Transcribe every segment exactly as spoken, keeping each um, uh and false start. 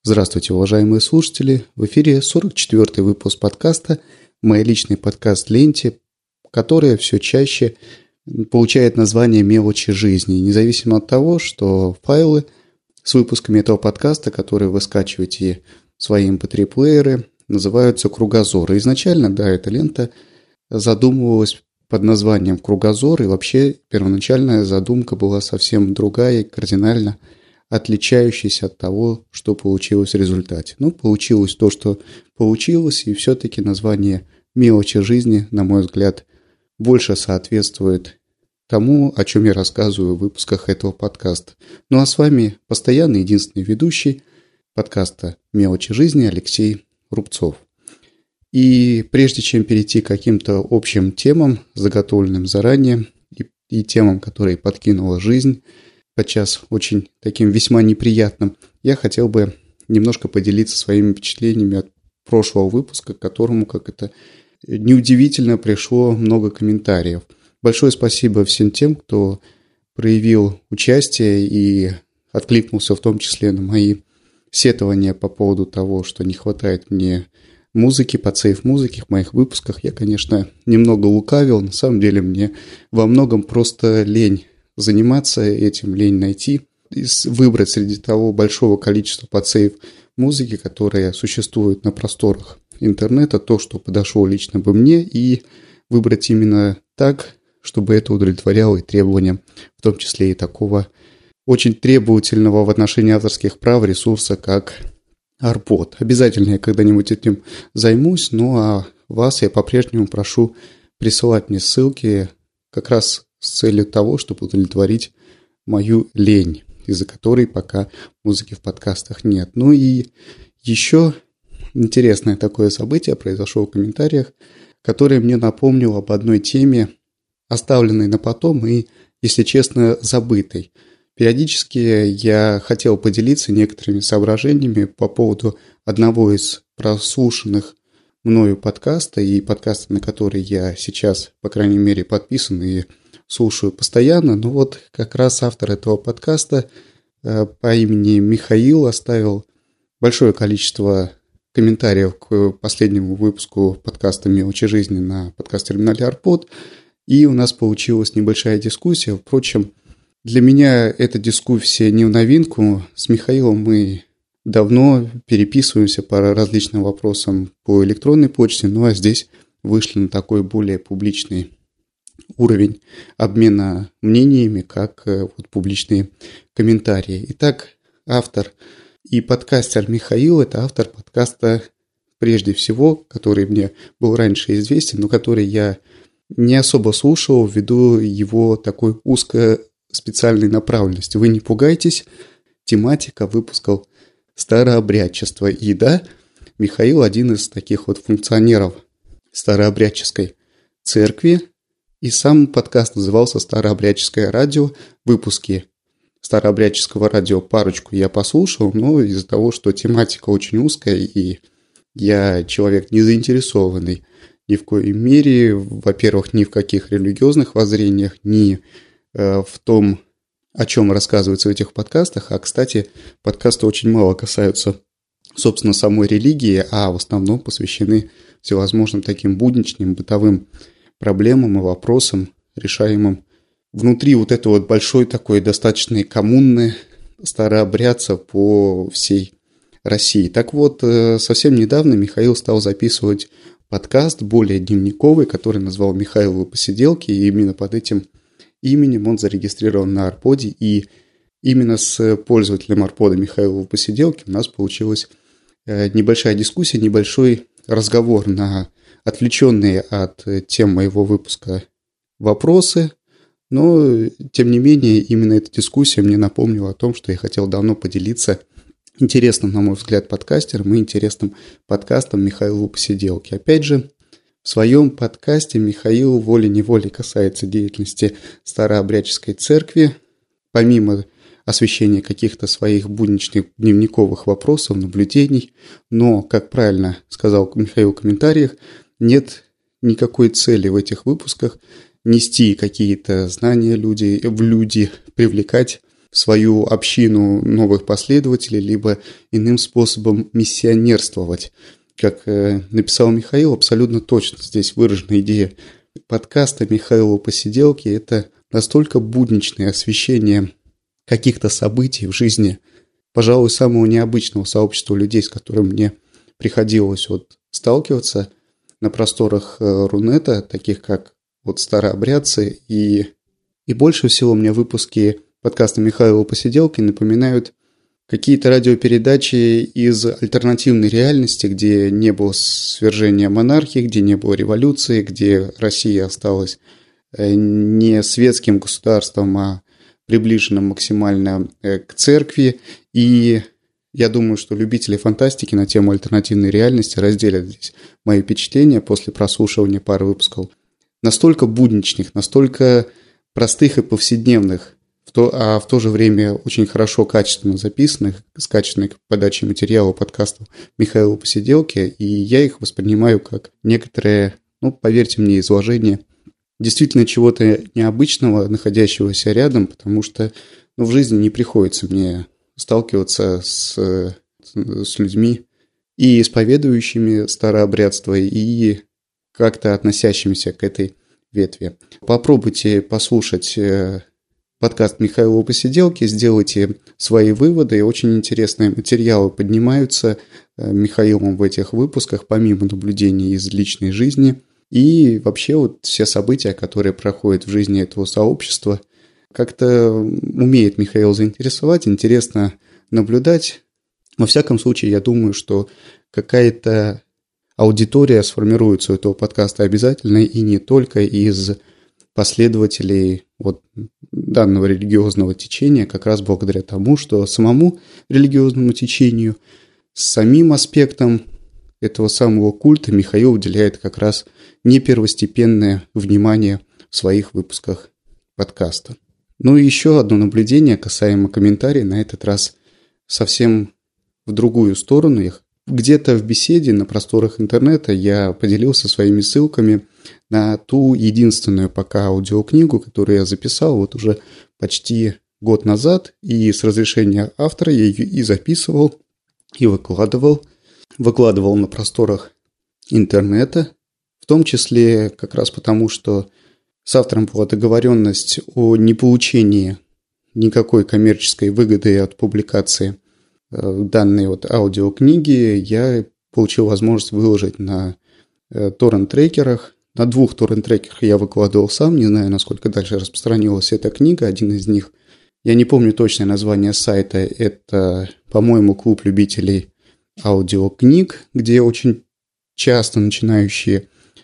Здравствуйте, уважаемые слушатели! В эфире сорок четвёртый выпуск подкаста, мой личный подкаст в ленте, который все чаще получает название «Мелочи жизни», независимо от того, что файлы с выпусками этого подкаста, которые вы скачиваете в свои эм пэ три-плееры, называются «Кругозор». И изначально, да, эта лента задумывалась под названием «Кругозор», и вообще первоначальная задумка была совсем другая и кардинально отличающаяся от того, что получилось в результате. Ну, получилось то, что получилось, и все-таки название «Мелочи жизни», на мой взгляд, больше соответствует тому, о чем я рассказываю в выпусках этого подкаста. Ну а с вами постоянный единственный ведущий подкаста «Мелочи жизни» Алексей Рубцов. И прежде чем перейти к каким-то общим темам, заготовленным заранее, и, и темам, которые подкинула жизнь, подчас очень таким весьма неприятным, я хотел бы немножко поделиться своими впечатлениями от прошлого выпуска, к которому, как это неудивительно, пришло много комментариев. Большое спасибо всем тем, кто проявил участие и откликнулся в том числе на мои сетования по поводу того, что не хватает мне музыки, подсейв музыки в моих выпусках. Я, конечно, немного лукавил, на самом деле мне во многом просто лень заниматься этим, лень найти, выбрать среди того большого количества подсейв музыки, которые существуют на просторах интернета, то, что подошло лично бы мне, и выбрать именно так, чтобы это удовлетворяло и требованиям, в том числе и такого очень требовательного в отношении авторских прав ресурса, как Арпод. Обязательно я когда-нибудь этим займусь, ну а вас я по-прежнему прошу присылать мне ссылки как раз с целью того, чтобы удовлетворить мою лень, из-за которой пока музыки в подкастах нет. Ну и еще интересное такое событие произошло в комментариях, которое мне напомнило об одной теме, оставленной на потом и, если честно, забытой. Периодически я хотел поделиться некоторыми соображениями по поводу одного из прослушанных мною подкаста и подкаста, на который я сейчас, по крайней мере, подписан и слушаю постоянно. Но вот как раз автор этого подкаста э, по имени Михаил оставил большое количество комментариев к последнему выпуску подкаста «Мелочи жизни» на подкаст-терминале Арпод. И у нас получилась небольшая дискуссия. Впрочем, для меня эта дискуссия не в новинку. С Михаилом мы давно переписываемся по различным вопросам по электронной почте, ну а здесь вышли на такой более публичный уровень обмена мнениями, как вот публичные комментарии. Итак, автор и подкастер Михаил – это автор подкаста, прежде всего, который мне был раньше известен, но который я не особо слушал ввиду его такой узкоспециальной направленности. Вы не пугайтесь, тематика выпусков старообрядчества. И да, Михаил один из таких вот функционеров старообрядческой церкви, и сам подкаст назывался «Старообрядческое радио». Выпуски старообрядческого радио парочку я послушал, но из-за того, что тематика очень узкая, и я человек не заинтересованный ни в коей мере, во-первых, ни в каких религиозных воззрениях, ни э, в том, о чем рассказывается в этих подкастах. А, кстати, подкасты очень мало касаются, собственно, самой религии, а в основном посвящены всевозможным таким будничным, бытовым проблемам и вопросам, решаемым внутри вот этой вот большой такой достаточной коммуны старообрядцев по всей России. Так вот, совсем недавно Михаил стал записывать подкаст, более дневниковый, который назвал «Михайловы посиделки», и именно под этим именем он зарегистрирован на Арподе, и именно с пользователем Арпода Михайловы посиделки у нас получилась небольшая дискуссия, небольшой разговор на отвлеченные от тем моего выпуска вопросы, но, тем не менее, именно эта дискуссия мне напомнила о том, что я хотел давно поделиться интересным, на мой взгляд, подкастером и интересным подкастом Михайловы посиделки. Опять же, в своем подкасте Михаил волей-неволей касается деятельности старообрядческой церкви, помимо освещения каких-то своих будничных дневниковых вопросов, наблюдений, но, как правильно сказал Михаил в комментариях, нет никакой цели в этих выпусках нести какие-то знания люди, в люди, привлекать свою общину новых последователей, либо иным способом миссионерствовать. Как написал Михаил, абсолютно точно здесь выражена идея подкаста Михаила Посиделки. Это настолько будничное освещение каких-то событий в жизни, пожалуй, самого необычного сообщества людей, с которым мне приходилось вот сталкиваться на просторах Рунета, таких как вот старообрядцы. И, и больше всего мне выпуски подкаста Михаила Посиделки напоминают какие-то радиопередачи из альтернативной реальности, где не было свержения монархии, где не было революции, где Россия осталась не светским государством, а приближенным максимально к церкви. И я думаю, что любители фантастики на тему альтернативной реальности разделят здесь мои впечатления после прослушивания пары выпусков. Настолько будничных, настолько простых и повседневных, в то, а в то же время очень хорошо, качественно записанных, с качественной подачей материала подкастов Михаила Посиделки, и я их воспринимаю как некоторое, ну, поверьте мне, изложение действительно чего-то необычного, находящегося рядом, потому что ну, в жизни не приходится мне сталкиваться с, с людьми и исповедующими старообрядство, и как-то относящимися к этой ветви. Попробуйте послушать подкаст Михаила Посиделки, сделайте свои выводы. Очень интересные материалы поднимаются Михаилом в этих выпусках, помимо наблюдений из личной жизни. И вообще вот все события, которые проходят в жизни этого сообщества, как-то умеет Михаил заинтересовать, интересно наблюдать. Во всяком случае, я думаю, что какая-то аудитория сформируется у этого подкаста обязательно, и не только из последователей вот данного религиозного течения, как раз благодаря тому, что самому религиозному течению, с самим аспектом этого самого культа Михаил уделяет как раз не первостепенное внимание в своих выпусках подкаста. Ну и еще одно наблюдение касаемо комментариев, на этот раз совсем в другую сторону их. Где-то в беседе на просторах интернета я поделился своими ссылками на ту единственную пока аудиокнигу, которую я записал вот уже почти год назад, и с разрешения автора я ее и записывал, и выкладывал. Выкладывал на просторах интернета, в том числе как раз потому, что с автором была договоренность о неполучении никакой коммерческой выгоды от публикации данной вот аудиокниги. Я получил возможность выложить на торрент-трекерах. На двух торрент-трекерах я выкладывал сам, не знаю, насколько дальше распространилась эта книга. Один из них, я не помню точное название сайта, это, по-моему, клуб любителей аудиокниг, где очень часто начинающие,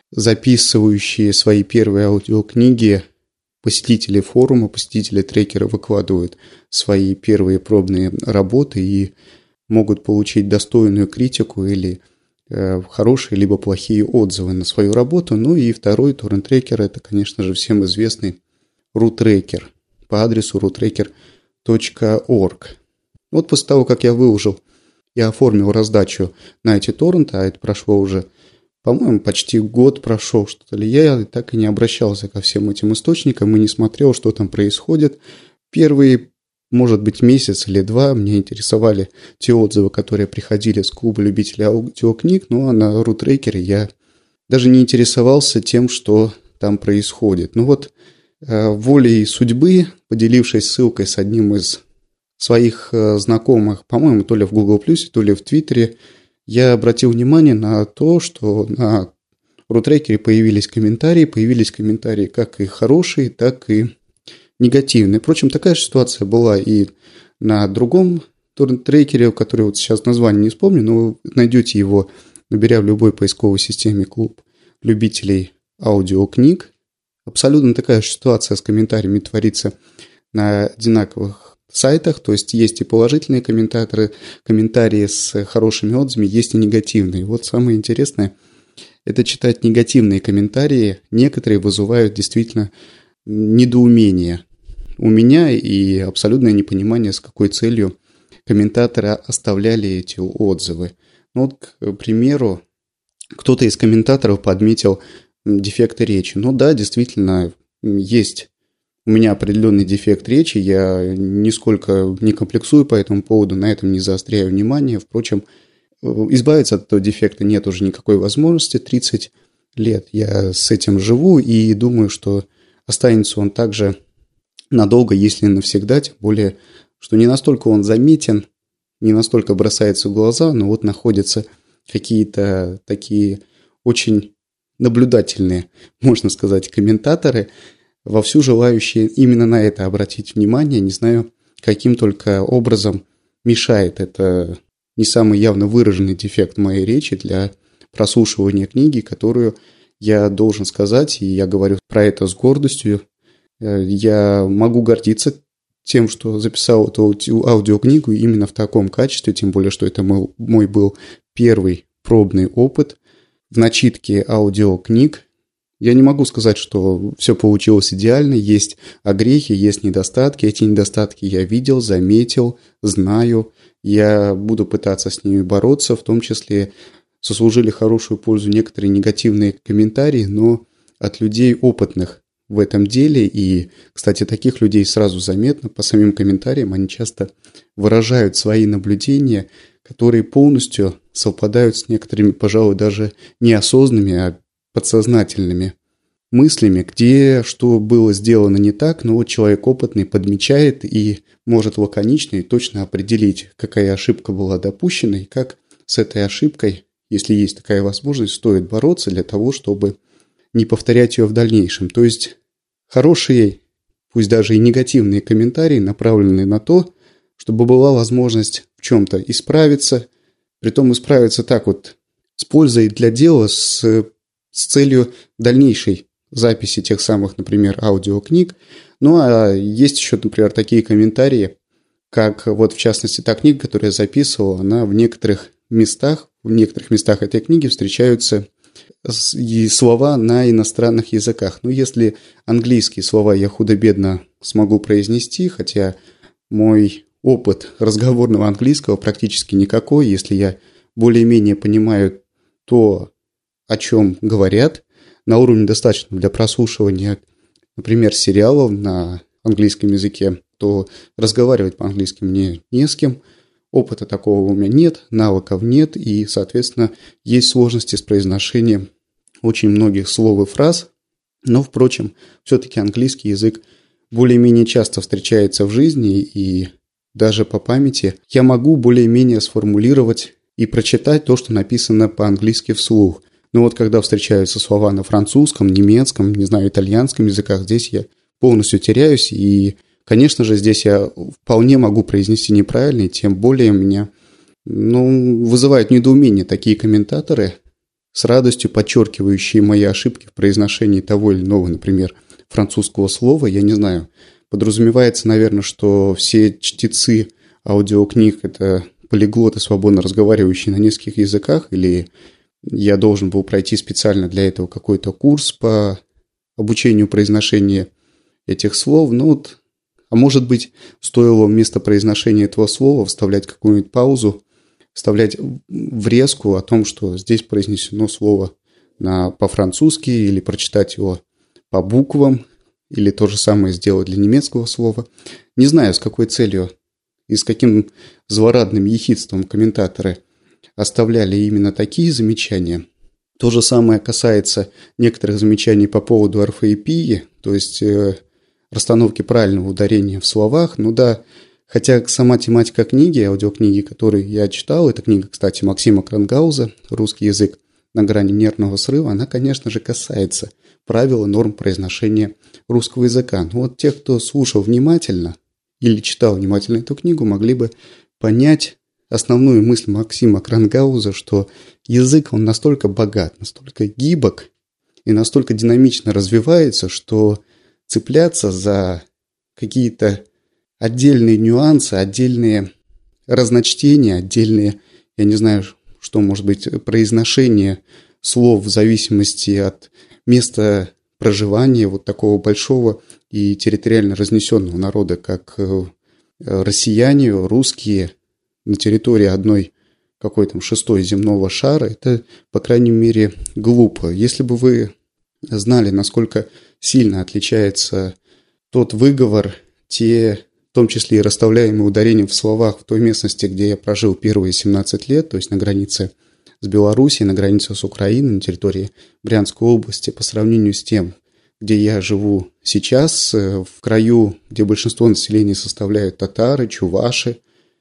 записывающие свои первые аудиокниги посетители форума, посетители трекера выкладывают свои первые пробные работы и могут получить достойную критику или э, хорошие либо плохие отзывы на свою работу. Ну и второй торрент-трекер — это, конечно же, всем известный RooTracker по адресу ру трекер точка орг. Вот после того, как я выложил я оформил раздачу на эти торренты, а это прошло уже, по-моему, почти год прошел, что-то ли. Я так и не обращался ко всем этим источникам и не смотрел, что там происходит. Первые, может быть, месяц или два меня интересовали те отзывы, которые приходили с клуба любителей аудиокниг, ну а на RooTracker я даже не интересовался тем, что там происходит. Ну вот, волей судьбы, поделившись ссылкой с одним из своих знакомых, по-моему, то ли в Google плюс, то ли в Твиттере, я обратил внимание на то, что на RooTracker появились комментарии, появились комментарии как и хорошие, так и негативные. Впрочем, такая же ситуация была и на другом торрент-трекере, который вот сейчас название не вспомню, но вы найдете его, наберя в любой поисковой системе клуб любителей аудиокниг. Абсолютно такая же ситуация с комментариями творится на одинаковых сайтах, то есть есть и положительные комментаторы, комментарии с хорошими отзывами, есть и негативные. Вот самое интересное – это читать негативные комментарии. Некоторые вызывают действительно недоумение у меня и абсолютное непонимание, с какой целью комментаторы оставляли эти отзывы. Ну, вот, к примеру, кто-то из комментаторов подметил дефекты речи. Ну да, действительно, есть у меня определенный дефект речи, я нисколько не комплексую по этому поводу, на этом не заостряю внимание. Впрочем, избавиться от этого дефекта нет уже никакой возможности. тридцать лет я с этим живу и думаю, что останется он также надолго, если не навсегда, тем более, что не настолько он заметен, не настолько бросается в глаза, но вот находятся какие-то такие очень наблюдательные, можно сказать, комментаторы, вовсю желающие именно на это обратить внимание. Не знаю, каким только образом мешает это не самый явно выраженный дефект моей речи для прослушивания книги, которую я должен сказать, и я говорю про это с гордостью. Я могу гордиться тем, что записал эту аудиокнигу именно в таком качестве, тем более, что это мой, мой был первый пробный опыт в начитке аудиокниг. Я не могу сказать, что все получилось идеально, есть огрехи, есть недостатки. Эти недостатки я видел, заметил, знаю. Я буду пытаться с ними бороться, в том числе сослужили хорошую пользу некоторые негативные комментарии, но от людей опытных в этом деле. И, кстати, таких людей сразу заметно по самим комментариям, они часто выражают свои наблюдения, которые полностью совпадают с некоторыми, пожалуй, даже неосознанными, а подсознательными мыслями, где что было сделано не так, но вот человек опытный подмечает и может лаконично и точно определить, какая ошибка была допущена и как с этой ошибкой, если есть такая возможность, стоит бороться для того, чтобы не повторять ее в дальнейшем. То есть хорошие, пусть даже и негативные комментарии направлены на то, чтобы была возможность в чем-то исправиться, притом исправиться так вот с пользой для дела, с, с целью дальнейшей записи тех самых, например, аудиокниг. Ну, а есть еще, например, такие комментарии, как вот в частности та книга, которую я записывал, она в некоторых местах, в некоторых местах этой книги встречаются и слова на иностранных языках. Ну, если английские слова я худо-бедно смогу произнести, хотя мой опыт разговорного английского практически никакой, если я более-менее понимаю то, о чем говорят, на уровне достаточно для прослушивания, например, сериалов на английском языке, то разговаривать по-английски мне не с кем. Опыта такого у меня нет, навыков нет, и, соответственно, есть сложности с произношением очень многих слов и фраз. Но, впрочем, все-таки английский язык более-менее часто встречается в жизни, и даже по памяти я могу более-менее сформулировать и прочитать то, что написано по-английски вслух. Но вот когда встречаются слова на французском, немецком, не знаю, итальянском языках, здесь я полностью теряюсь, и, конечно же, здесь я вполне могу произнести неправильно, и тем более меня, ну, вызывают недоумение такие комментаторы, с радостью подчеркивающие мои ошибки в произношении того или иного, например, французского слова. Я не знаю, подразумевается, наверное, что все чтецы аудиокниг – это полиглоты, свободно разговаривающие на нескольких языках, или я должен был пройти специально для этого какой-то курс по обучению произношения этих слов. Ну вот, а может быть, стоило вместо произношения этого слова вставлять какую-нибудь паузу, вставлять врезку о том, что здесь произнесено слово на, по-французски, или прочитать его по буквам, или то же самое сделать для немецкого слова. Не знаю, с какой целью и с каким злорадным ехидством комментаторы оставляли именно такие замечания. То же самое касается некоторых замечаний по поводу орфоэпии, то есть э, расстановки правильного ударения в словах. Ну да, хотя сама тематика книги, аудиокниги, которые я читал, это книга, кстати, Максима Крангауза «Русский язык на грани нервного срыва», она, конечно же, касается правил и норм произношения русского языка. Но вот те, кто слушал внимательно или читал внимательно эту книгу, могли бы понять основную мысль Максима Крангауза, что язык, он настолько богат, настолько гибок и настолько динамично развивается, что цепляться за какие-то отдельные нюансы, отдельные разночтения, отдельные, я не знаю, что может быть, произношение слов в зависимости от места проживания вот такого большого и территориально разнесенного народа, как россияне, русские, на территории одной какой-то шестой земного шара, это, по крайней мере, глупо. Если бы вы знали, насколько сильно отличается тот выговор, те, в том числе и расставляемые ударения в словах в той местности, где я прожил первые семнадцать лет, то есть на границе с Белоруссией, на границе с Украиной, на территории Брянской области, по сравнению с тем, где я живу сейчас, в краю, где большинство населения составляют татары, чуваши,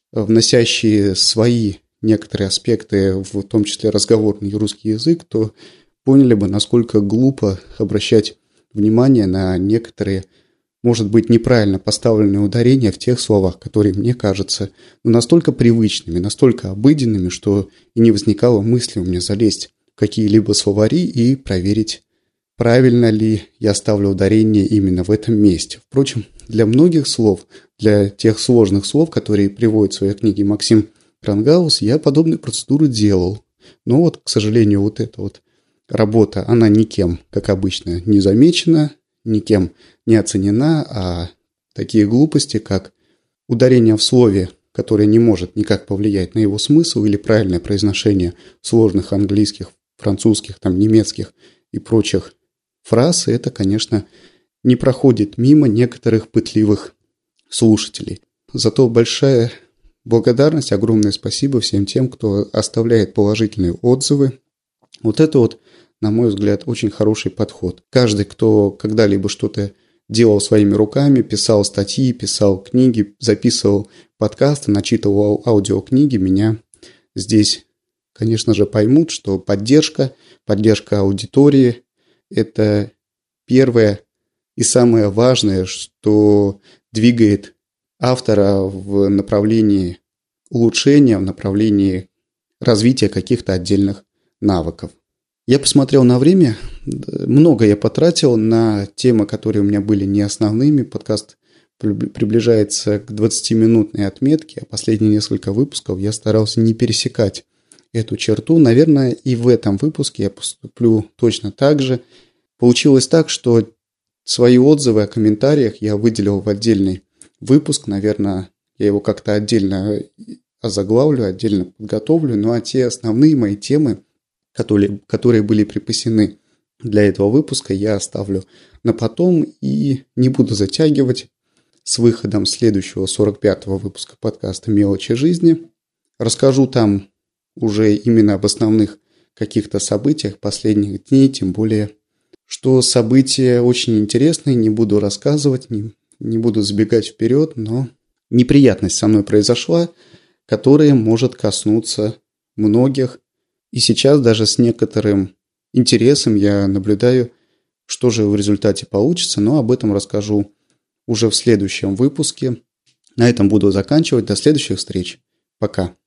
вносящие свои некоторые аспекты, в том числе разговорный русский язык, то поняли бы, насколько глупо обращать внимание на некоторые, может быть, неправильно поставленные ударения в тех словах, которые мне кажутся ну, настолько привычными, настолько обыденными, что и не возникало мысли у меня залезть в какие-либо словари и проверить, правильно ли я ставлю ударение именно в этом месте. Впрочем, для многих слов, для тех сложных слов, которые приводит в своей книге Максим Крангаус, я подобную процедуру делал. Но вот, к сожалению, вот эта вот работа, она никем, как обычно, не замечена, никем не оценена, а такие глупости, как ударение в слове, которое не может никак повлиять на его смысл, или правильное произношение сложных английских, французских, там, немецких и прочих фраз, это, конечно, не проходит мимо некоторых пытливых слушателей. Зато большая благодарность, огромное спасибо всем тем, кто оставляет положительные отзывы. Вот это вот, на мой взгляд, очень хороший подход. Каждый, кто когда-либо что-то делал своими руками, писал статьи, писал книги, записывал подкасты, начитывал аудиокниги, меня здесь, конечно же, поймут, что поддержка, поддержка аудитории – это первое и самое важное, что двигает автора в направлении улучшения, в направлении развития каких-то отдельных навыков. Я посмотрел на время, много я потратил на темы, которые у меня были не основными. Подкаст приближается к двадцатиминутной отметке, а последние несколько выпусков я старался не пересекать эту черту. Наверное, и в этом выпуске я поступлю точно так же. Получилось так, что свои отзывы о комментариях я выделил в отдельный выпуск. Наверное, я его как-то отдельно озаглавлю, отдельно подготовлю. Ну а те основные мои темы, которые, которые были припасены для этого выпуска, я оставлю на потом и не буду затягивать с выходом следующего сорок пятого выпуска подкаста «Мелочи жизни». Расскажу там уже именно об основных каких-то событиях последних дней, тем более, что события очень интересные, не буду рассказывать, не, не буду забегать вперед, но неприятность со мной произошла, которая может коснуться многих. И сейчас даже с некоторым интересом я наблюдаю, что же в результате получится, но об этом расскажу уже в следующем выпуске. На этом буду заканчивать. До следующих встреч. Пока.